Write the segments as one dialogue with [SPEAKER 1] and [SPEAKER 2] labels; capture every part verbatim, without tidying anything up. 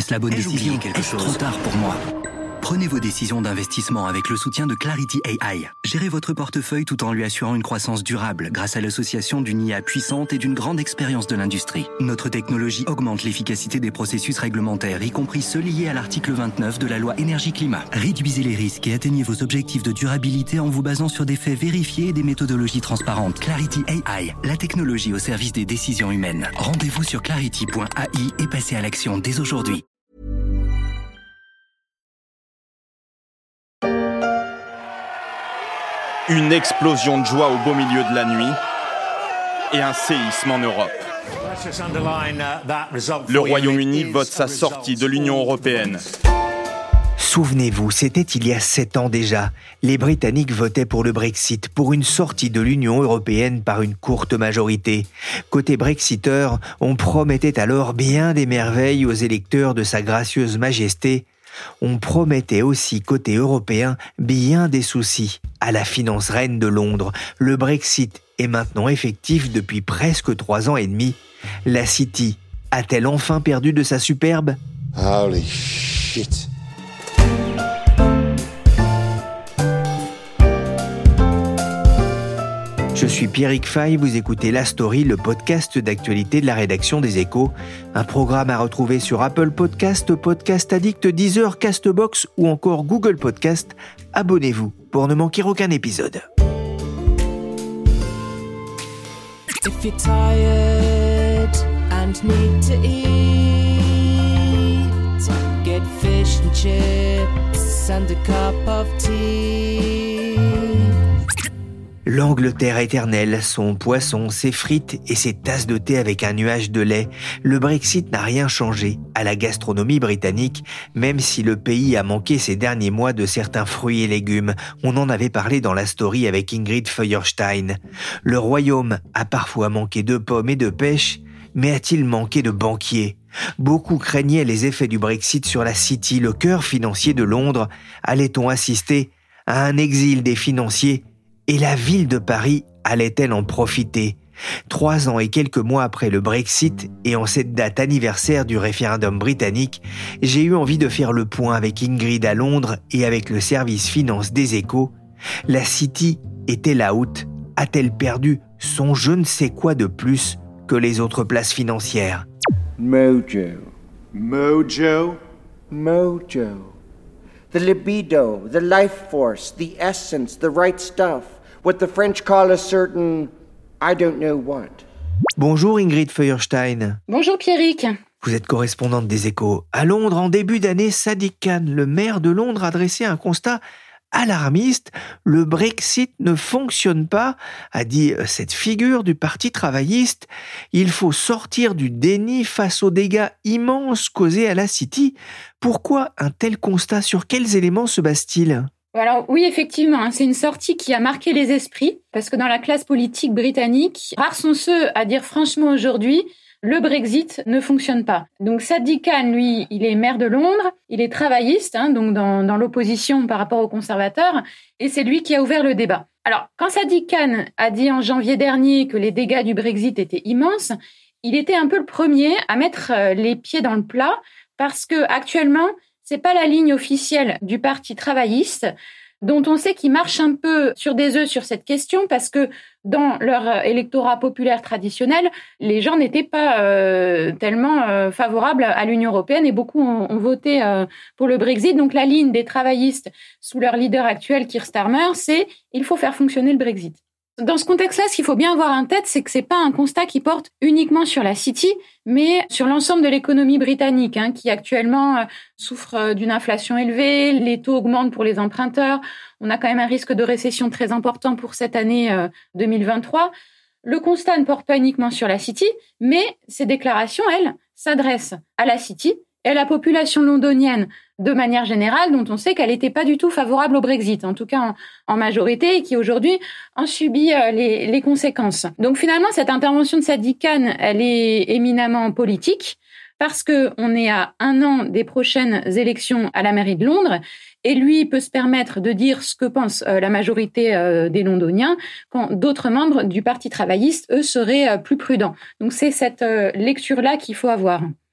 [SPEAKER 1] Est-ce la bonne
[SPEAKER 2] Ai-je
[SPEAKER 1] décision?
[SPEAKER 2] oublié quelque
[SPEAKER 1] Est-ce
[SPEAKER 2] chose?
[SPEAKER 1] trop tard pour moi? Prenez vos décisions d'investissement avec le soutien de Clarity A I. Gérez votre portefeuille tout en lui assurant une croissance durable grâce à l'association d'une I A puissante et d'une grande expérience de l'industrie. Notre technologie augmente l'efficacité des processus réglementaires, y compris ceux liés à l'article vingt-neuf de la loi énergie-climat. Réduisez les risques et atteignez vos objectifs de durabilité en vous basant sur des faits vérifiés et des méthodologies transparentes. Clarity A I, la technologie au service des décisions humaines. Rendez-vous sur clarity point A I et passez à l'action dès aujourd'hui.
[SPEAKER 3] Une explosion de joie au beau milieu de la nuit et un séisme en Europe. Le Royaume-Uni vote sa sortie de l'Union européenne.
[SPEAKER 4] Souvenez-vous, c'était il y a sept ans déjà. Les Britanniques votaient pour le Brexit, pour une sortie de l'Union européenne par une courte majorité. Côté Brexiteur, on promettait alors bien des merveilles aux électeurs de Sa Gracieuse Majesté. On promettait aussi côté européen bien des soucis à la finance reine de Londres. Le Brexit est maintenant effectif depuis presque trois ans et demi. La City a-t-elle enfin perdu de sa superbe?
[SPEAKER 5] Holy shit.
[SPEAKER 4] Je suis Pierrick Fay, vous écoutez La Story, le podcast d'actualité de la rédaction des Échos. Un programme à retrouver sur Apple Podcast, Podcast Addict, Deezer, Castbox ou encore Google Podcast. Abonnez-vous pour ne manquer aucun épisode.
[SPEAKER 6] If you're tired and need to eat, get fish and chips and a cup of tea.
[SPEAKER 4] L'Angleterre éternelle, son poisson, ses frites et ses tasses de thé avec un nuage de lait. Le Brexit n'a rien changé à la gastronomie britannique, même si le pays a manqué ces derniers mois de certains fruits et légumes. On en avait parlé dans la story avec Ingrid Feuerstein. Le royaume a parfois manqué de pommes et de pêche, mais a-t-il manqué de banquiers? Beaucoup craignaient les effets du Brexit sur la City, le cœur financier de Londres. Allait-on assister à un exil des financiers? Et la ville de Paris allait-elle en profiter? Trois ans et quelques mois après le Brexit et en cette date anniversaire du référendum britannique, j'ai eu envie de faire le point avec Ingrid à Londres et avec le service finance des Échos. La City est-elle out? A-t-elle perdu son je ne sais quoi de plus que les autres places financières?
[SPEAKER 7] Mojo, mojo, mojo. The libido, the life force, the essence, the right stuff. What the French call a certain, I don't know what.
[SPEAKER 4] Bonjour Ingrid Feuerstein.
[SPEAKER 8] Bonjour Pierrick.
[SPEAKER 4] Vous êtes correspondante des Échos. À Londres, en début d'année, Sadiq Khan, le maire de Londres, a dressé un constat alarmiste. Le Brexit ne fonctionne pas, a dit cette figure du parti travailliste. Il faut sortir du déni face aux dégâts immenses causés à la City. Pourquoi un tel constat? Sur quels éléments se base-t-il?
[SPEAKER 8] Alors oui, effectivement, c'est une sortie qui a marqué les esprits, parce que dans la classe politique britannique, rares sont ceux à dire franchement aujourd'hui le Brexit ne fonctionne pas. Donc Sadiq Khan, lui, il est maire de Londres, il est travailliste, hein, donc dans, dans l'opposition par rapport aux conservateurs, et c'est lui qui a ouvert le débat. Alors, quand Sadiq Khan a dit en janvier dernier que les dégâts du Brexit étaient immenses, il était un peu le premier à mettre les pieds dans le plat, parce que actuellement, c'est pas la ligne officielle du parti travailliste, dont on sait qu'ils marchent un peu sur des œufs sur cette question, parce que dans leur électorat populaire traditionnel, les gens n'étaient pas euh, tellement euh, favorables à l'Union européenne et beaucoup ont, ont voté euh, pour le Brexit. Donc la ligne des travaillistes sous leur leader actuel, Keir Starmer, c'est « il faut faire fonctionner le Brexit ». Dans ce contexte-là, ce qu'il faut bien avoir en tête, c'est que c'est pas un constat qui porte uniquement sur la City, mais sur l'ensemble de l'économie britannique, hein, qui actuellement euh, souffre euh, d'une inflation élevée, les taux augmentent pour les emprunteurs, on a quand même un risque de récession très important pour cette année euh, deux mille vingt-trois. Le constat ne porte pas uniquement sur la City, mais ces déclarations, elles, s'adressent à la City et à la population londonienne de manière générale, dont on sait qu'elle n'était pas du tout favorable au Brexit, en tout cas en, en majorité, et qui aujourd'hui en subit euh, les, les conséquences. Donc finalement, cette intervention de Sadiq Khan, elle est éminemment politique, parce qu'on est à un an des prochaines élections à la mairie de Londres, et lui peut se permettre de dire ce que pense euh, la majorité euh, des Londoniens, quand d'autres membres du Parti travailliste, eux, seraient euh, plus prudents. Donc c'est cette euh, lecture-là qu'il faut avoir.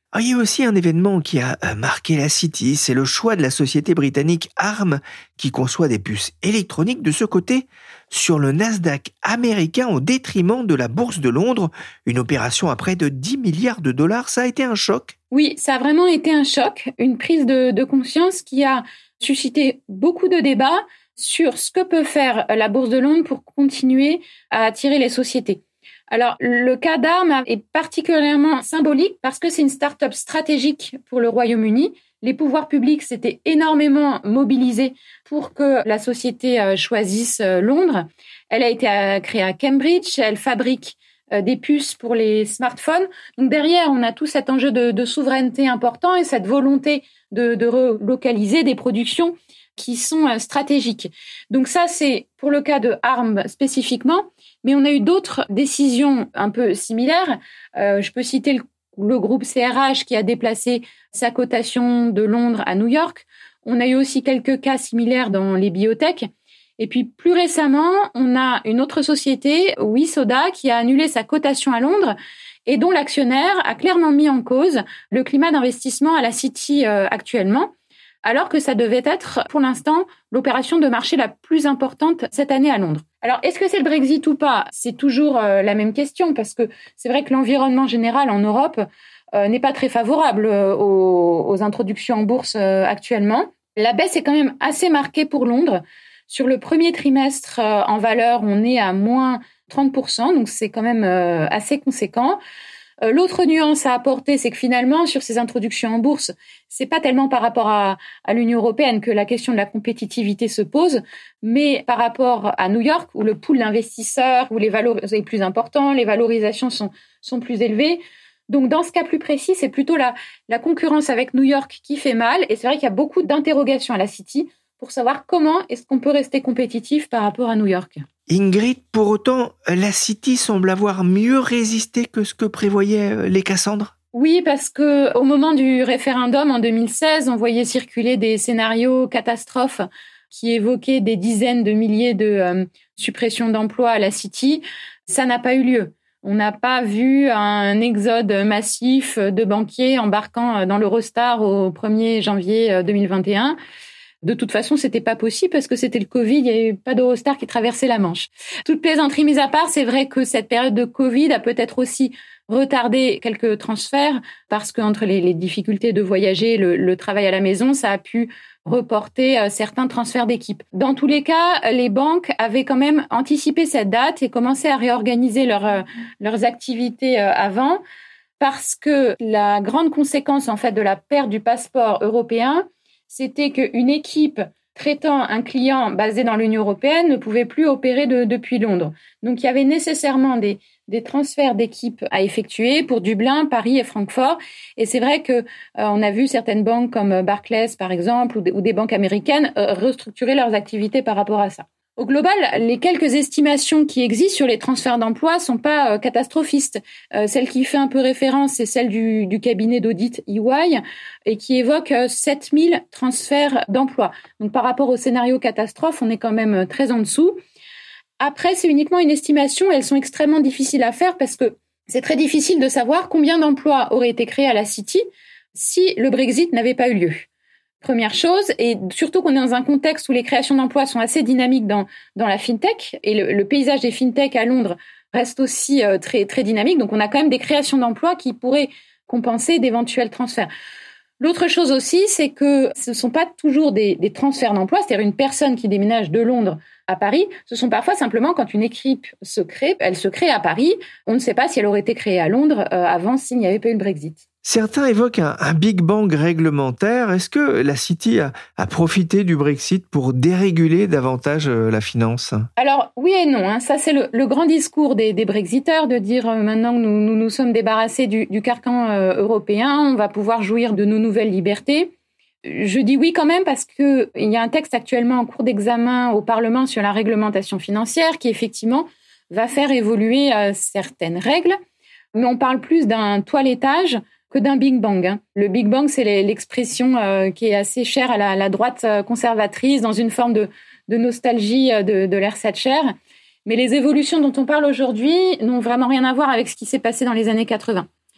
[SPEAKER 4] Alors, il y a aussi un événement qui a marqué la City, c'est le choix de la société britannique Arm qui conçoit des puces électroniques de ce côté sur le Nasdaq américain au détriment de la bourse de Londres. Une opération à près de dix milliards de dollars, ça a été un choc.
[SPEAKER 8] Oui, ça a vraiment été un choc, une prise de, de conscience qui a suscité beaucoup de débats sur ce que peut faire la bourse de Londres pour continuer à attirer les sociétés. Alors, le cas d'Arm est particulièrement symbolique parce que c'est une start-up stratégique pour le Royaume-Uni. Les pouvoirs publics s'étaient énormément mobilisés pour que la société choisisse Londres. Elle a été créée à Cambridge, elle fabrique des puces pour les smartphones. Donc derrière, on a tout cet enjeu de, de souveraineté important et cette volonté de, de relocaliser des productions qui sont stratégiques. Donc ça, c'est pour le cas de Arm spécifiquement, mais on a eu d'autres décisions un peu similaires. Euh, je peux citer le, le groupe C R H qui a déplacé sa cotation de Londres à New York. On a eu aussi quelques cas similaires dans les biotech. Et puis plus récemment, on a une autre société, WeSoda, qui a annulé sa cotation à Londres et dont l'actionnaire a clairement mis en cause le climat d'investissement à la City euh, actuellement, alors que ça devait être, pour l'instant, l'opération de marché la plus importante cette année à Londres. Alors, est-ce que c'est le Brexit ou pas ? C'est toujours euh, la même question, parce que c'est vrai que l'environnement général en Europe euh, n'est pas très favorable euh, aux, aux introductions en bourse euh, actuellement. La baisse est quand même assez marquée pour Londres. Sur le premier trimestre, euh, en valeur, on est à moins trente pour cent, donc c'est quand même euh, assez conséquent. Euh, l'autre nuance à apporter, c'est que finalement, sur ces introductions en bourse, c'est pas tellement par rapport à, à l'Union européenne que la question de la compétitivité se pose, mais par rapport à New York, où le pool d'investisseurs, où les valeurs est plus important, les valorisations sont, sont plus élevées. Donc, dans ce cas plus précis, c'est plutôt la, la concurrence avec New York qui fait mal. Et c'est vrai qu'il y a beaucoup d'interrogations à la City pour savoir comment est-ce qu'on peut rester compétitif par rapport à New York.
[SPEAKER 4] Ingrid, pour autant, la City semble avoir mieux résisté que ce que prévoyaient les Cassandres ?
[SPEAKER 8] Oui, parce que au moment du référendum en deux mille seize, on voyait circuler des scénarios catastrophes qui évoquaient des dizaines de milliers de euh, suppressions d'emplois à la City. Ça n'a pas eu lieu. On n'a pas vu un exode massif de banquiers embarquant dans l'Eurostar au premier janvier deux mille vingt et un. De toute façon, c'était pas possible parce que c'était le Covid, il n'y avait pas d'Eurostar qui traversait la Manche. Toute plaisanterie mise à part, c'est vrai que cette période de Covid a peut-être aussi retardé quelques transferts parce qu'entre les, les difficultés de voyager, le, le travail à la maison, ça a pu reporter euh, certains transferts d'équipes. Dans tous les cas, les banques avaient quand même anticipé cette date et commencé à réorganiser leur, euh, leurs activités euh, avant parce que la grande conséquence en fait de la perte du passeport européen, c'était qu'une équipe traitant un client basé dans l'Union européenne ne pouvait plus opérer de, depuis Londres. Donc, il y avait nécessairement des, des transferts d'équipes à effectuer pour Dublin, Paris et Francfort. Et c'est vrai que euh, on a vu certaines banques comme Barclays, par exemple, ou des, ou des banques américaines euh, restructurer leurs activités par rapport à ça. Au global, les quelques estimations qui existent sur les transferts d'emplois sont pas euh, catastrophistes. Euh, celle qui fait un peu référence, c'est celle du, du cabinet d'audit E Y et qui évoque euh, sept mille transferts d'emplois. Donc, par rapport au scénario catastrophe, on est quand même très en dessous. Après, c'est uniquement une estimation. Elles sont extrêmement difficiles à faire parce que c'est très difficile de savoir combien d'emplois auraient été créés à la City si le Brexit n'avait pas eu lieu. Première chose, et surtout qu'on est dans un contexte où les créations d'emplois sont assez dynamiques dans, dans la fintech, et le, le paysage des fintech à Londres reste aussi euh, très, très dynamique. Donc, on a quand même des créations d'emplois qui pourraient compenser d'éventuels transferts. L'autre chose aussi, c'est que ce ne sont pas toujours des, des transferts d'emplois, c'est-à-dire une personne qui déménage de Londres à Paris. Ce sont parfois simplement quand une équipe se crée, elle se crée à Paris. On ne sait pas si elle aurait été créée à Londres euh, avant s'il n'y avait pas eu le Brexit.
[SPEAKER 4] Certains évoquent un, un Big Bang réglementaire. Est-ce que la City a, a profité du Brexit pour déréguler davantage la finance ?
[SPEAKER 8] Alors, oui et non. Hein. Ça, c'est le, le grand discours des, des Brexiteurs, de dire euh, maintenant que nous nous, nous sommes débarrassés du, du carcan euh, européen, on va pouvoir jouir de nos nouvelles libertés. Je dis oui quand même parce que il y a un texte actuellement en cours d'examen au Parlement sur la réglementation financière qui, effectivement, va faire évoluer euh, certaines règles. Mais on parle plus d'un toilettage que d'un Big Bang. Hein. Le Big Bang, c'est l'expression euh, qui est assez chère à la, la droite conservatrice, dans une forme de, de nostalgie de, de l'ère Thatcher. Mais les évolutions dont on parle aujourd'hui n'ont vraiment rien à voir avec ce qui s'est passé dans les années quatre-vingts.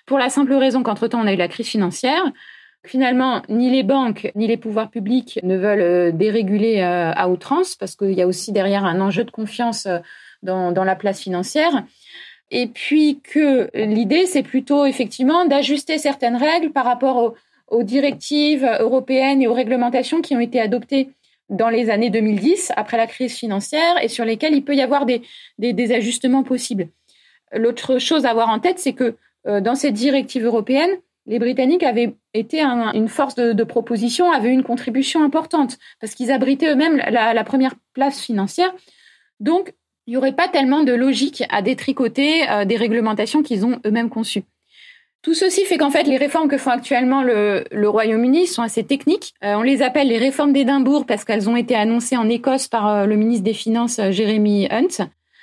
[SPEAKER 8] pour la simple raison qu'entre-temps, on a eu la crise financière. Finalement, ni les banques, ni les pouvoirs publics ne veulent déréguler à outrance, parce qu'il y a aussi derrière un enjeu de confiance dans, dans la place financière. Et puis que l'idée, c'est plutôt effectivement d'ajuster certaines règles par rapport aux, aux directives européennes et aux réglementations qui ont été adoptées dans les années deux mille dix, après la crise financière, et sur lesquelles il peut y avoir des, des, des ajustements possibles. L'autre chose à avoir en tête, c'est que euh, dans ces directives européennes, les Britanniques avaient été un, une force de, de proposition, avaient une contribution importante, parce qu'ils abritaient eux-mêmes la, la première place financière. Donc, il n'y aurait pas tellement de logique à détricoter euh, des réglementations qu'ils ont eux-mêmes conçues. Tout ceci fait qu'en fait, les réformes que font actuellement le, le Royaume-Uni sont assez techniques. Euh, on les appelle les réformes d'Édimbourg parce qu'elles ont été annoncées en Écosse par euh, le ministre des Finances, euh, Jeremy Hunt.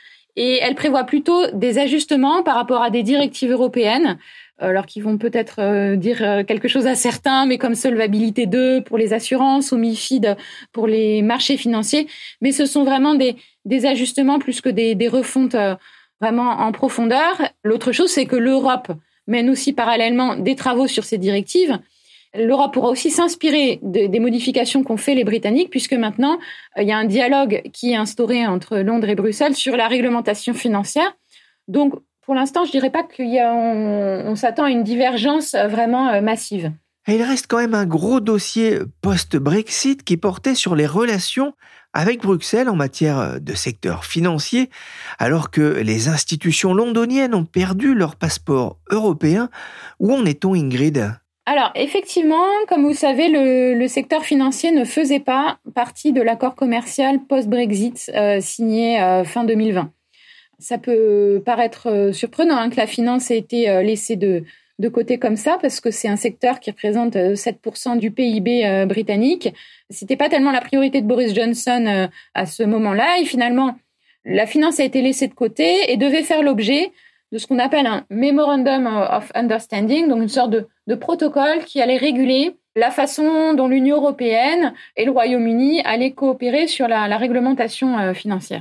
[SPEAKER 8] Et elles prévoient plutôt des ajustements par rapport à des directives européennes, alors qu'ils vont peut-être euh, dire quelque chose à certains, mais comme Solvabilité deux pour les assurances ou MiFID pour les marchés financiers. Mais ce sont vraiment des, des ajustements plus que des, des refontes euh, vraiment en profondeur. L'autre chose, c'est que l'Europe mène aussi parallèlement des travaux sur ces directives. L'Europe pourra aussi s'inspirer de, des modifications qu'ont fait les Britanniques, puisque maintenant, euh, il y a un dialogue qui est instauré entre Londres et Bruxelles sur la réglementation financière. Donc, pour l'instant, je dirais pas qu'on on, on s'attend à une divergence vraiment euh, massive.
[SPEAKER 4] Et il reste quand même un gros dossier post-Brexit qui portait sur les relations avec Bruxelles en matière de secteur financier, alors que les institutions londoniennes ont perdu leur passeport européen. Où en est-on, Ingrid ?
[SPEAKER 8] Alors, effectivement, comme vous le savez, le, le secteur financier ne faisait pas partie de l'accord commercial post-Brexit euh, signé euh, fin deux mille vingt. Ça peut paraître surprenant hein, que la finance ait été euh, laissée de, de côté comme ça, parce que c'est un secteur qui représente euh, sept pour cent du P I B euh, britannique. C'était pas tellement la priorité de Boris Johnson euh, à ce moment-là, et finalement, la finance a été laissée de côté et devait faire l'objet de ce qu'on appelle un Memorandum of Understanding, donc une sorte de, de protocole qui allait réguler la façon dont l'Union européenne et le Royaume-Uni allaient coopérer sur la, la réglementation euh, financière.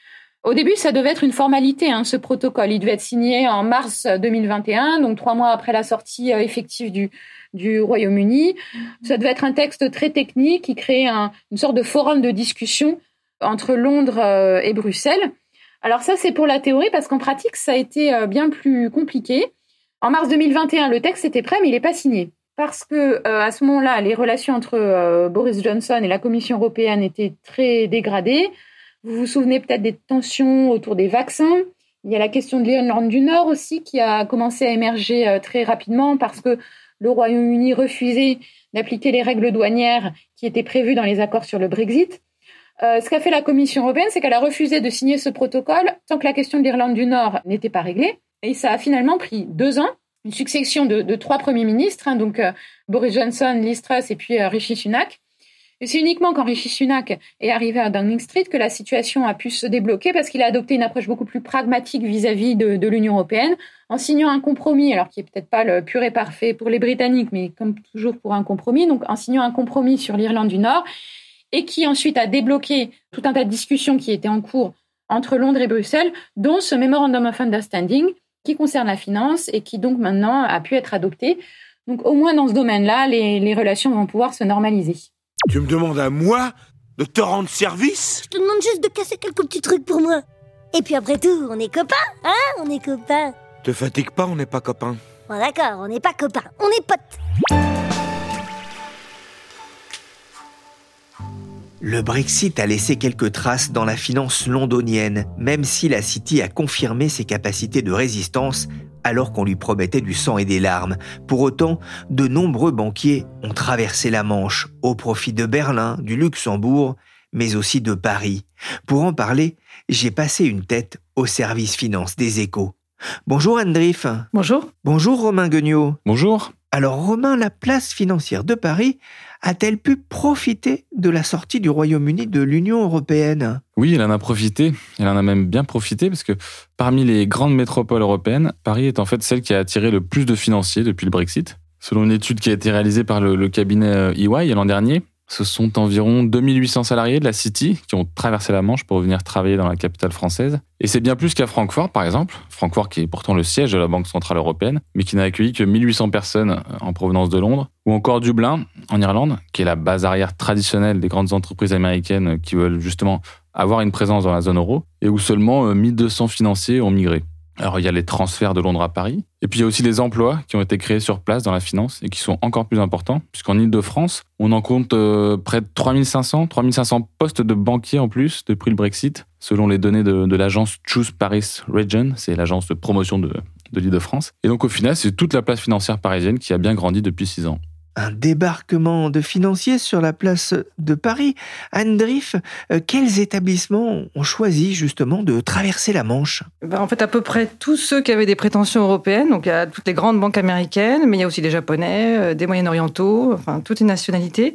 [SPEAKER 8] Au début, ça devait être une formalité, hein, ce protocole. Il devait être signé en mars deux mille vingt et un, donc trois mois après la sortie euh, effective du, du Royaume-Uni. Ça devait être un texte très technique qui créait un, une sorte de forum de discussion entre Londres euh, et Bruxelles. Alors ça, c'est pour la théorie, parce qu'en pratique, ça a été euh, bien plus compliqué. En mars deux mille vingt et un, le texte était prêt, mais il n'est pas signé. Parce que euh, à ce moment-là, les relations entre euh, Boris Johnson et la Commission européenne étaient très dégradées. Vous vous souvenez peut-être des tensions autour des vaccins. Il y a la question de l'Irlande du Nord aussi qui a commencé à émerger euh, très rapidement parce que le Royaume-Uni refusait d'appliquer les règles douanières qui étaient prévues dans les accords sur le Brexit. Euh, ce qu'a fait la Commission européenne, c'est qu'elle a refusé de signer ce protocole tant que la question de l'Irlande du Nord n'était pas réglée. Et ça a finalement pris deux ans, une succession de, de trois premiers ministres, hein, donc euh, Boris Johnson, Liz Truss et puis euh, Rishi Sunak. Et c'est uniquement quand Rishi Sunak est arrivé à Downing Street que la situation a pu se débloquer parce qu'il a adopté une approche beaucoup plus pragmatique vis-à-vis de, de l'Union européenne en signant un compromis, alors qui est peut-être pas le pur et parfait pour les Britanniques, mais comme toujours pour un compromis, donc en signant un compromis sur l'Irlande du Nord et qui ensuite a débloqué tout un tas de discussions qui étaient en cours entre Londres et Bruxelles, dont ce Memorandum of Understanding qui concerne la finance et qui donc maintenant a pu être adopté. Donc au moins dans ce domaine-là, les, les relations vont pouvoir se normaliser.
[SPEAKER 2] Tu me demandes à moi de te rendre service ?
[SPEAKER 9] Je te demande juste de casser quelques petits trucs pour moi. Et puis après tout, on est copains, hein ? On est copains.
[SPEAKER 2] Te fatigue pas, on n'est pas copains.
[SPEAKER 9] Bon d'accord, on n'est pas copains, on est potes.
[SPEAKER 4] Le Brexit a laissé quelques traces dans la finance londonienne, même si la City a confirmé ses capacités de résistance alors qu'on lui promettait du sang et des larmes. Pour autant, de nombreux banquiers ont traversé la Manche au profit de Berlin, du Luxembourg, mais aussi de Paris. Pour en parler, j'ai passé une tête au service finance des Échos. Bonjour Anne Driff.
[SPEAKER 10] Bonjour.
[SPEAKER 4] Bonjour Romain Guignot.
[SPEAKER 11] Bonjour.
[SPEAKER 4] Alors Romain, la place financière de Paris a-t-elle pu profiter de la sortie du Royaume-Uni de l'Union européenne ?
[SPEAKER 11] Oui, elle en a profité. Elle en a même bien profité parce que parmi les grandes métropoles européennes, Paris est en fait celle qui a attiré le plus de financiers depuis le Brexit. Selon une étude qui a été réalisée par le, le cabinet E Y l'an dernier, Ce sont environ deux mille huit cents salariés de la City qui ont traversé la Manche pour venir travailler dans la capitale française. Et c'est bien plus qu'à Francfort, par exemple. Francfort qui est pourtant le siège de la Banque Centrale Européenne, mais qui n'a accueilli que mille huit cents personnes en provenance de Londres. Ou encore Dublin, en Irlande, qui est la base arrière traditionnelle des grandes entreprises américaines qui veulent justement avoir une présence dans la zone euro, et où seulement mille deux cents financiers ont migré. Alors, il y a les transferts de Londres à Paris. Et puis, il y a aussi les emplois qui ont été créés sur place dans la finance et qui sont encore plus importants, puisqu'en Île-de-France, on en compte euh, près de trois mille cinq cents postes de banquiers en plus depuis le Brexit, selon les données de, de l'agence Choose Paris Region, c'est l'agence de promotion de, de l'Île-de-France. Et donc, au final, c'est toute la place financière parisienne qui a bien grandi depuis six ans.
[SPEAKER 4] Un débarquement de financiers sur la place de Paris. Anne Driff, euh, quels établissements ont choisi justement de traverser la Manche ?
[SPEAKER 10] Ben, en fait, à peu près tous ceux qui avaient des prétentions européennes. Donc, il y a toutes les grandes banques américaines, mais il y a aussi des Japonais, euh, des Moyen-Orientaux, enfin, toutes les nationalités.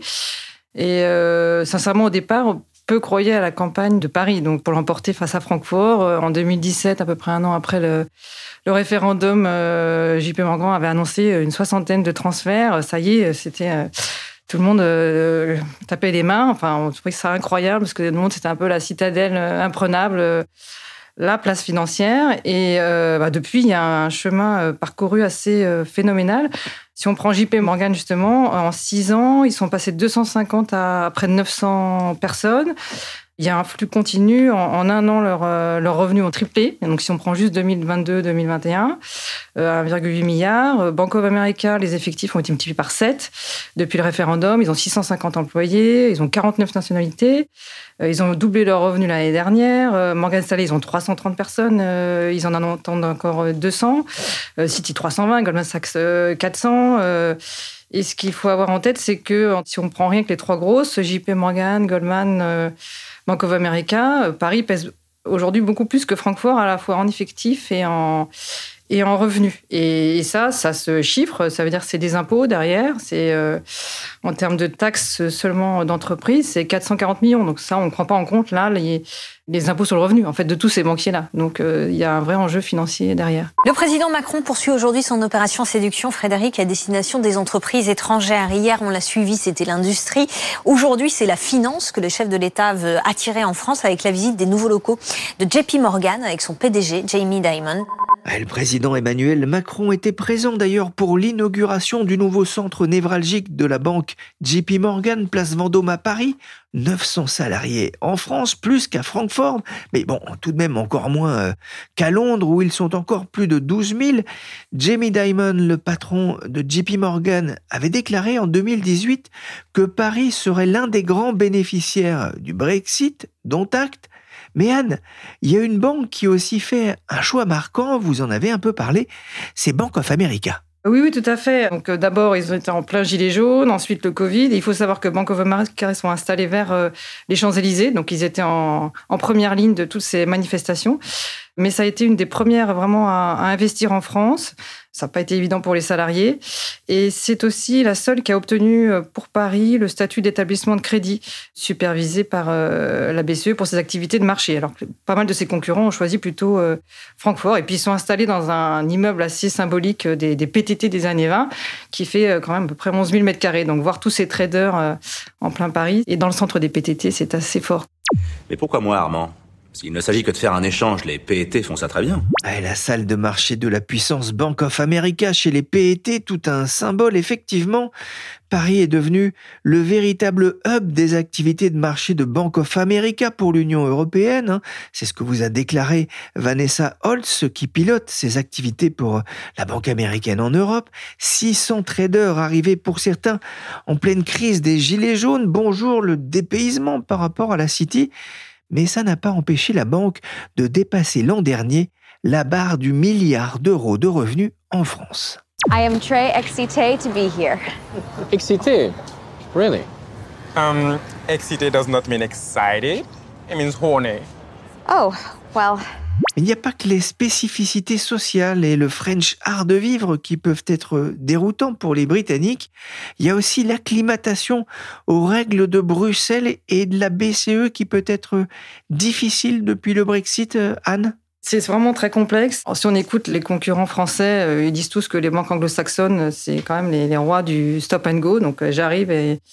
[SPEAKER 10] Et euh, sincèrement, au départ, peu croyaient à la campagne de Paris, donc pour l'emporter face à Francfort. Euh, en deux mille dix-sept, à peu près un an après le... Le référendum, euh, J P Morgan avait annoncé une soixantaine de transferts. Ça y est, c'était euh, tout le monde euh, tapait les mains. Enfin, on trouvait ça incroyable parce que le monde, c'était un peu la citadelle euh, imprenable, euh, la place financière. Et euh, bah, depuis, il y a un chemin euh, parcouru assez euh, phénoménal. Si on prend J P Morgan, justement, en six ans, ils sont passés de deux cent cinquante à près de neuf cents personnes. Il y a un flux continu. En, en un an, leurs euh, leurs revenus ont triplé. Et donc, si on prend juste deux mille vingt-deux deux mille vingt et un, euh, un virgule huit milliard. Bank of America, les effectifs ont été multipliés par sept. Depuis le référendum, ils ont six cent cinquante employés. Ils ont quarante-neuf nationalités. Euh, ils ont doublé leurs revenus l'année dernière. Euh, Morgan Stanley, ils ont trois cent trente personnes. Euh, ils en attendent encore deux cents. Euh, Citi, trois cent vingt. Goldman Sachs, euh, quatre cents. Euh, et ce qu'il faut avoir en tête, c'est que si on prend rien que les trois grosses, J P Morgan, Goldman... Euh, Bank of America, Paris pèse aujourd'hui beaucoup plus que Francfort, à la fois en effectifs et en, et en revenus. Et, et ça, ça se chiffre, ça veut dire que c'est des impôts derrière. C'est, euh, en termes de taxes seulement d'entreprise, c'est quatre cent quarante millions. Donc ça, on ne prend pas en compte là les, les impôts sur le revenu, en fait, de tous ces banquiers-là. Donc euh, il y a un vrai enjeu financier derrière.
[SPEAKER 12] Le président Macron poursuit aujourd'hui son opération séduction, Frédéric, à destination des entreprises étrangères. Hier, on l'a suivi, c'était l'industrie. Aujourd'hui, c'est la finance que le chef de l'État veut attirer en France avec la visite des nouveaux locaux de J P Morgan avec son P D G, Jamie Dimon.
[SPEAKER 4] Le président Emmanuel Macron était présent d'ailleurs pour l'inauguration du nouveau centre névralgique de la banque J P Morgan, place Vendôme à Paris. neuf cents salariés en France, plus qu'à Francfort, mais bon, tout de même encore moins euh, qu'à Londres où ils sont encore plus de douze mille. Jamie Dimon, le patron de J P Morgan, avait déclaré en deux mille dix-huit que Paris serait l'un des grands bénéficiaires du Brexit, dont acte. Mais Anne, il y a une banque qui a aussi fait un choix marquant, vous en avez un peu parlé, c'est Bank of America.
[SPEAKER 10] Oui, oui, tout à fait. Donc, euh, d'abord, ils étaient en plein gilet jaune, ensuite le Covid. Et il faut savoir que Bank of America sont installés vers euh, les Champs-Élysées, donc ils étaient en, en première ligne de toutes ces manifestations. Mais ça a été une des premières vraiment à, à investir en France. Ça n'a pas été évident pour les salariés. Et c'est aussi la seule qui a obtenu pour Paris le statut d'établissement de crédit supervisé par euh, la B C E pour ses activités de marché. Alors que pas mal de ses concurrents ont choisi plutôt euh, Francfort. Et puis ils sont installés dans un immeuble assez symbolique des, des P T T des années vingt qui fait euh, quand même à peu près onze mille mètres carrés. Donc voir tous ces traders euh, en plein Paris et dans le centre des P T T, c'est assez fort.
[SPEAKER 13] Mais pourquoi moi, Armand ? S'il ne s'agit que de faire un échange, les P et T font ça très bien.
[SPEAKER 4] Ah, la salle de marché de la puissance Bank of America chez les P et T, tout un symbole, effectivement. Paris est devenu le véritable hub des activités de marché de Bank of America pour l'Union européenne. C'est ce que vous a déclaré Vanessa Holtz, qui pilote ces activités pour la Banque américaine en Europe. six cents traders arrivés pour certains en pleine crise des gilets jaunes. Bonjour le dépaysement par rapport à la City. Mais ça n'a pas empêché la banque de dépasser l'an dernier la barre du milliard d'euros de revenus en France.
[SPEAKER 14] I am très excitée to be here.
[SPEAKER 15] Excitée? Really?
[SPEAKER 16] Um, excitée does not mean excited. It means horny.
[SPEAKER 14] Oh, well...
[SPEAKER 4] Il n'y a pas que les spécificités sociales et le French art de vivre qui peuvent être déroutants pour les Britanniques. Il y a aussi l'acclimatation aux règles de Bruxelles et de la B C E qui peut être difficile depuis le Brexit, Anne ?
[SPEAKER 10] C'est vraiment très complexe. Alors, si on écoute les concurrents français, euh, ils disent tous que les banques anglo-saxonnes, c'est quand même les, les rois du stop and go. Donc, euh, j'arrive et,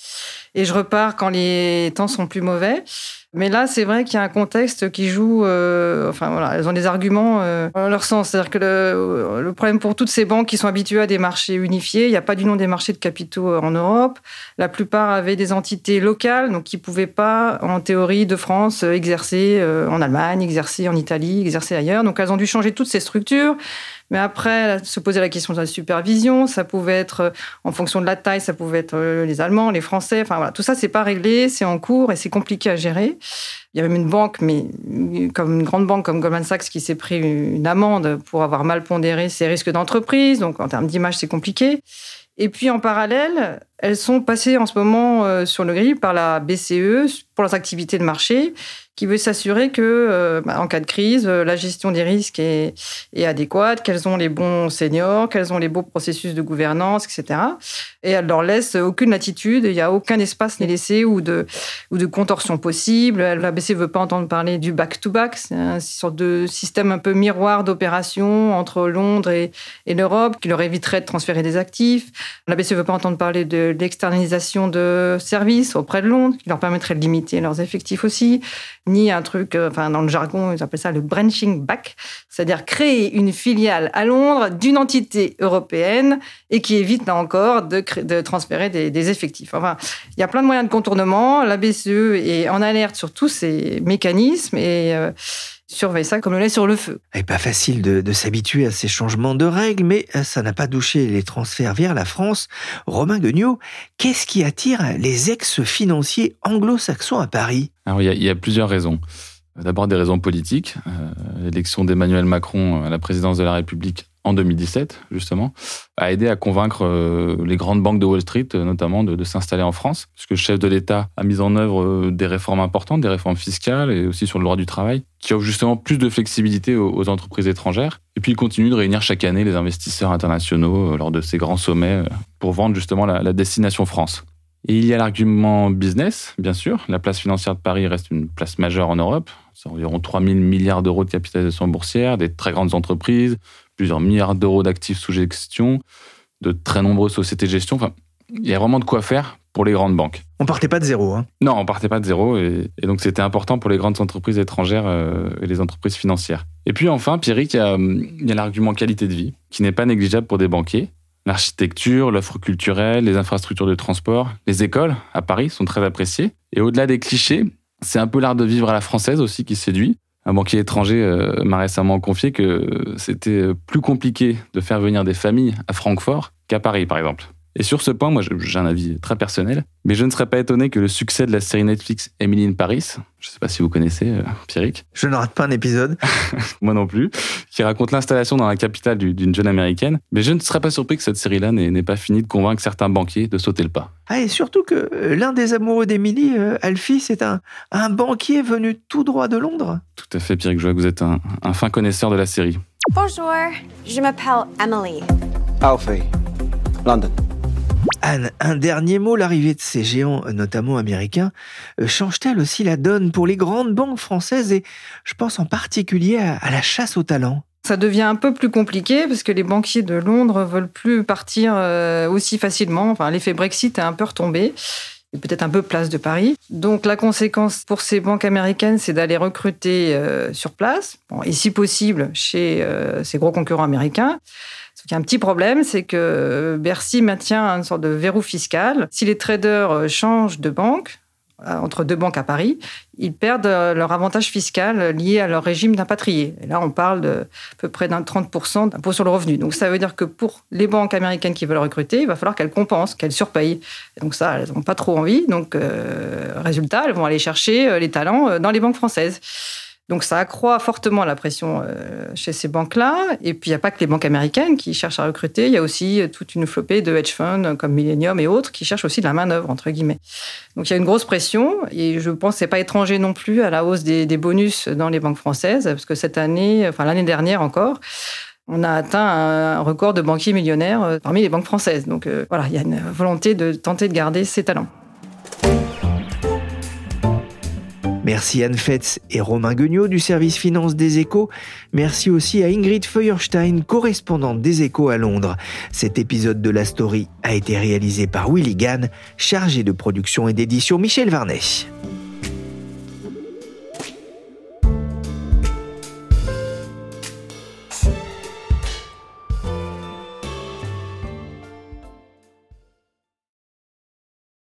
[SPEAKER 10] et je repars quand les temps sont plus mauvais. Mais là, c'est vrai qu'il y a un contexte qui joue... Euh, enfin, voilà, elles ont des arguments euh, dans leur sens. C'est-à-dire que le, le problème pour toutes ces banques qui sont habituées à des marchés unifiés, il n'y a pas d'union des marchés de capitaux en Europe. La plupart avaient des entités locales, donc qui ne pouvaient pas, en théorie, de France, exercer euh, en Allemagne, exercer en Italie, exercer ailleurs. Donc, elles ont dû changer toutes ces structures. Mais après, se poser la question de la supervision, ça pouvait être, en fonction de la taille, ça pouvait être les Allemands, les Français. Enfin voilà, tout ça, c'est pas réglé, c'est en cours et c'est compliqué à gérer. Il y a même une banque, mais comme une grande banque comme Goldman Sachs, qui s'est pris une amende pour avoir mal pondéré ses risques d'entreprise. Donc en termes d'image, c'est compliqué. Et puis en parallèle, elles sont passées en ce moment euh, sur le grill par la B C E pour leurs activités de marché, qui veut s'assurer que, euh, bah, en cas de crise, euh, la gestion des risques est, est adéquate, qu'elles ont les bons seniors, qu'elles ont les beaux processus de gouvernance, et cetera. Et elle leur laisse aucune latitude, il n'y a aucun espace n'est laissé ou de, ou de contorsion possible. La B C E ne veut pas entendre parler du back-to-back, c'est une sorte de système un peu miroir d'opération entre Londres et, et l'Europe, qui leur éviterait de transférer des actifs. La B C E ne veut pas entendre parler de l'externalisation de services auprès de Londres, qui leur permettrait de limiter leurs effectifs aussi, ni un truc, enfin dans le jargon, ils appellent ça le branching back, c'est-à-dire créer une filiale à Londres d'une entité européenne et qui évite là encore de, cré- de transférer des, des effectifs. Enfin, il y a plein de moyens de contournement. La B C E est en alerte sur tous ces mécanismes et euh, surveille ça comme le lait sur le feu.
[SPEAKER 4] Et pas facile de, de s'habituer à ces changements de règles, mais ça n'a pas douché les transferts vers la France. Romain Guignot, qu'est-ce qui attire les ex-financiers anglo-saxons à Paris ?
[SPEAKER 11] Alors, il y, a, il y a plusieurs raisons. D'abord, des raisons politiques. Euh, l'élection d'Emmanuel Macron à la présidence de la République en deux mille dix-sept, justement, a aidé à convaincre euh, les grandes banques de Wall Street, notamment, de, de s'installer en France, puisque le chef de l'État a mis en œuvre euh, des réformes importantes, des réformes fiscales et aussi sur le droit du travail, qui offrent justement plus de flexibilité aux, aux entreprises étrangères. Et puis, il continue de réunir chaque année les investisseurs internationaux euh, lors de ces grands sommets euh, pour vendre justement la, la destination France. Et il y a l'argument business, bien sûr. La place financière de Paris reste une place majeure en Europe. C'est environ trois mille milliards d'euros de capitalisation boursière, des très grandes entreprises, plusieurs milliards d'euros d'actifs sous gestion, de très nombreuses sociétés de gestion. Enfin, il y a vraiment de quoi faire pour les grandes banques.
[SPEAKER 4] On partait pas de zéro, hein ?
[SPEAKER 11] Non, on partait pas de zéro. Et, et donc, c'était important pour les grandes entreprises étrangères euh, et les entreprises financières. Et puis, enfin, Pierrick, il y a, il y a l'argument qualité de vie, qui n'est pas négligeable pour des banquiers. L'architecture, l'offre culturelle, les infrastructures de transport, les écoles à Paris sont très appréciées. Et au-delà des clichés, c'est un peu l'art de vivre à la française aussi qui séduit. Un banquier étranger euh, m'a récemment confié que c'était plus compliqué de faire venir des familles à Francfort qu'à Paris, par exemple. Et sur ce point, moi, j'ai un avis très personnel, mais je ne serais pas étonné que le succès de la série Netflix Emily in Paris, je ne sais pas si vous connaissez, euh, Pierrick.
[SPEAKER 4] Je ne rate pas un épisode.
[SPEAKER 11] Moi non plus, qui raconte l'installation dans la capitale d'une jeune américaine. Mais je ne serais pas surpris que cette série-là n'ait pas fini de convaincre certains banquiers de sauter le pas.
[SPEAKER 4] Ah, et surtout que l'un des amoureux d'Emily, euh, Alfie, c'est un, un banquier venu tout droit de Londres.
[SPEAKER 11] Tout à fait, Pierrick, je vois que vous êtes un, un fin connaisseur de la série.
[SPEAKER 14] Bonjour, je m'appelle Emily.
[SPEAKER 5] Alfie, London.
[SPEAKER 4] Anne, un dernier mot, l'arrivée de ces géants, notamment américains, change-t-elle aussi la donne pour les grandes banques françaises et je pense en particulier à, à la chasse au talent ?
[SPEAKER 10] Ça devient un peu plus compliqué parce que les banquiers de Londres veulent plus partir aussi facilement. Enfin, l'effet Brexit est un peu retombé. Et peut-être un peu place de Paris. Donc la conséquence pour ces banques américaines, c'est d'aller recruter euh, sur place, bon, et si possible chez euh, ces gros concurrents américains. Sauf qu'il y a un petit problème, c'est que Bercy maintient une sorte de verrou fiscal. Si les traders changent de banque, entre deux banques à Paris, ils perdent leur avantage fiscal lié à leur régime d'impatrié. Et là, on parle de à peu près d'un trente pour cent d'impôt sur le revenu. Donc, ça veut dire que pour les banques américaines qui veulent recruter, il va falloir qu'elles compensent, qu'elles surpayent. Et donc ça, elles n'ont pas trop envie. Donc, euh, résultat, elles vont aller chercher les talents dans les banques françaises. Donc, ça accroît fortement la pression chez ces banques-là. Et puis, il n'y a pas que les banques américaines qui cherchent à recruter. Il y a aussi toute une flopée de hedge funds comme Millennium et autres qui cherchent aussi de la main-d'œuvre, entre guillemets. Donc, il y a une grosse pression. Et je pense que ce n'est pas étranger non plus à la hausse des, des bonus dans les banques françaises. Parce que cette année, enfin l'année dernière encore, on a atteint un record de banquiers millionnaires parmi les banques françaises. Donc, euh, voilà, il y a une volonté de tenter de garder ces talents.
[SPEAKER 4] Merci Anne Fetz et Romain Guignot du service finance des Échos. Merci aussi à Ingrid Feuerstein, correspondante des Échos à Londres. Cet épisode de La Story a été réalisé par Willy Gann, chargé de production et d'édition Michel Varnet.